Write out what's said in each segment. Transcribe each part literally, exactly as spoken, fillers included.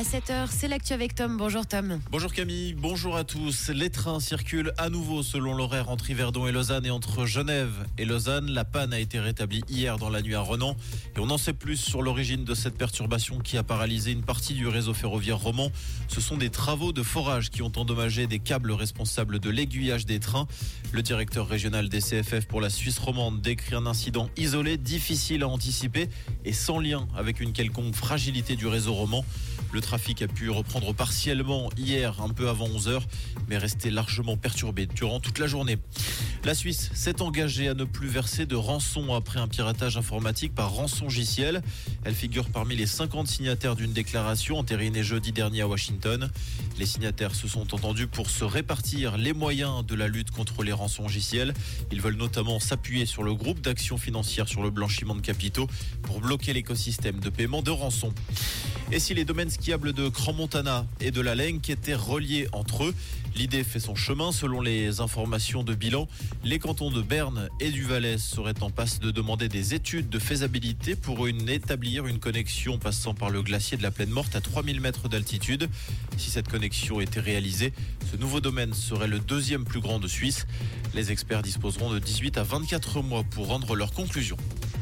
À sept heures, c'est l'actu avec Tom. Bonjour Tom. Bonjour Camille, bonjour à tous. Les trains circulent à nouveau selon l'horaire entre Yverdon et Lausanne et entre Genève et Lausanne. La panne a été rétablie hier dans la nuit à Renan. Et on en sait plus sur l'origine de cette perturbation qui a paralysé une partie du réseau ferroviaire roman. Ce sont des travaux de forage qui ont endommagé des câbles responsables de l'aiguillage des trains. Le directeur régional des C F F pour la Suisse romande décrit un incident isolé, difficile à anticiper et sans lien avec une quelconque fragilité du réseau roman. Le trafic a pu reprendre partiellement hier, un peu avant onze heures, mais resté largement perturbé durant toute la journée. La Suisse s'est engagée à ne plus verser de rançon après un piratage informatique par rançongiciel. Elle figure parmi les cinquante signataires d'une déclaration entérinée jeudi dernier à Washington. Les signataires se sont entendus pour se répartir les moyens de la lutte contre les rançongiciels. Ils veulent notamment s'appuyer sur le groupe d'action financière sur le blanchiment de capitaux pour bloquer l'écosystème de paiement de rançon. Et si les domaines skiables de Crans-Montana et de la Lenque étaient reliés entre eux, l'idée fait son chemin selon les informations de bilan. Les cantons de Berne et du Valais seraient en passe de demander des études de faisabilité pour une, établir une connexion passant par le glacier de la Plaine Morte à trois mille mètres d'altitude. Si cette connexion était réalisée, ce nouveau domaine serait le deuxième plus grand de Suisse. Les experts disposeront de dix-huit à vingt-quatre mois pour rendre leurs conclusions.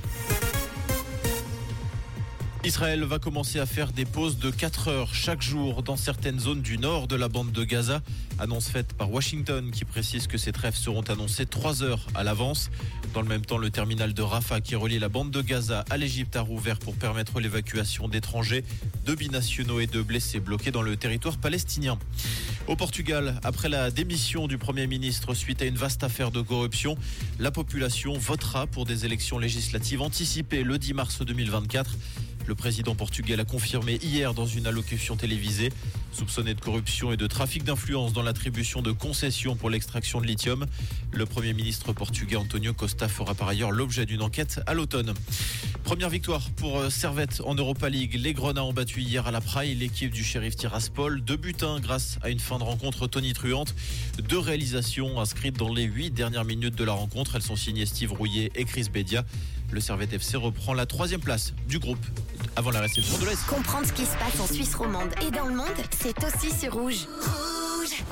Israël va commencer à faire des pauses de quatre heures chaque jour dans certaines zones du nord de la bande de Gaza. Annonce faite par Washington qui précise que ces trêves seront annoncées trois heures à l'avance. Dans le même temps, le terminal de Rafah qui relie la bande de Gaza à l'Égypte a rouvert pour permettre l'évacuation d'étrangers, de binationaux et de blessés bloqués dans le territoire palestinien. Au Portugal, après la démission du Premier ministre suite à une vaste affaire de corruption, la population votera pour des élections législatives anticipées le dix mars deux mille vingt-quatre. Le président portugais l'a confirmé hier dans une allocution télévisée. Soupçonné de corruption et de trafic d'influence dans l'attribution de concessions pour l'extraction de lithium, le Premier ministre portugais António Costa fera par ailleurs l'objet d'une enquête à l'automne. Première victoire pour Servette en Europa League. Les Grenats ont battu hier à la Praille l'équipe du Sheriff Tiraspol. Deux buts un grâce à une fin de rencontre tonitruante. Deux réalisations inscrites dans les huit dernières minutes de la rencontre. Elles sont signées Steve Rouillet et Chris Bedia. Le Servette F C reprend la troisième place du groupe avant la réception de l'Est. Comprendre ce qui se passe en Suisse romande et dans le monde, c'est aussi sur Rouge. Rouge.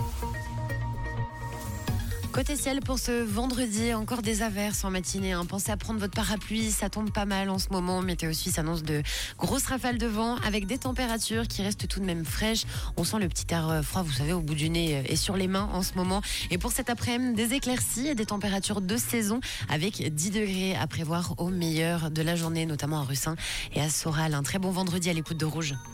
Côté ciel pour ce vendredi, encore des averses en matinée. Hein. Pensez à prendre votre parapluie, ça tombe pas mal en ce moment. Météo Suisse annonce de grosses rafales de vent avec des températures qui restent tout de même fraîches. On sent le petit air froid, vous savez, au bout du nez et sur les mains en ce moment. Et pour cet après-midi, des éclaircies et des températures de saison avec dix degrés à prévoir au meilleur de la journée, notamment à Russin et à Soral. Un très bon vendredi à l'écoute de Rouge.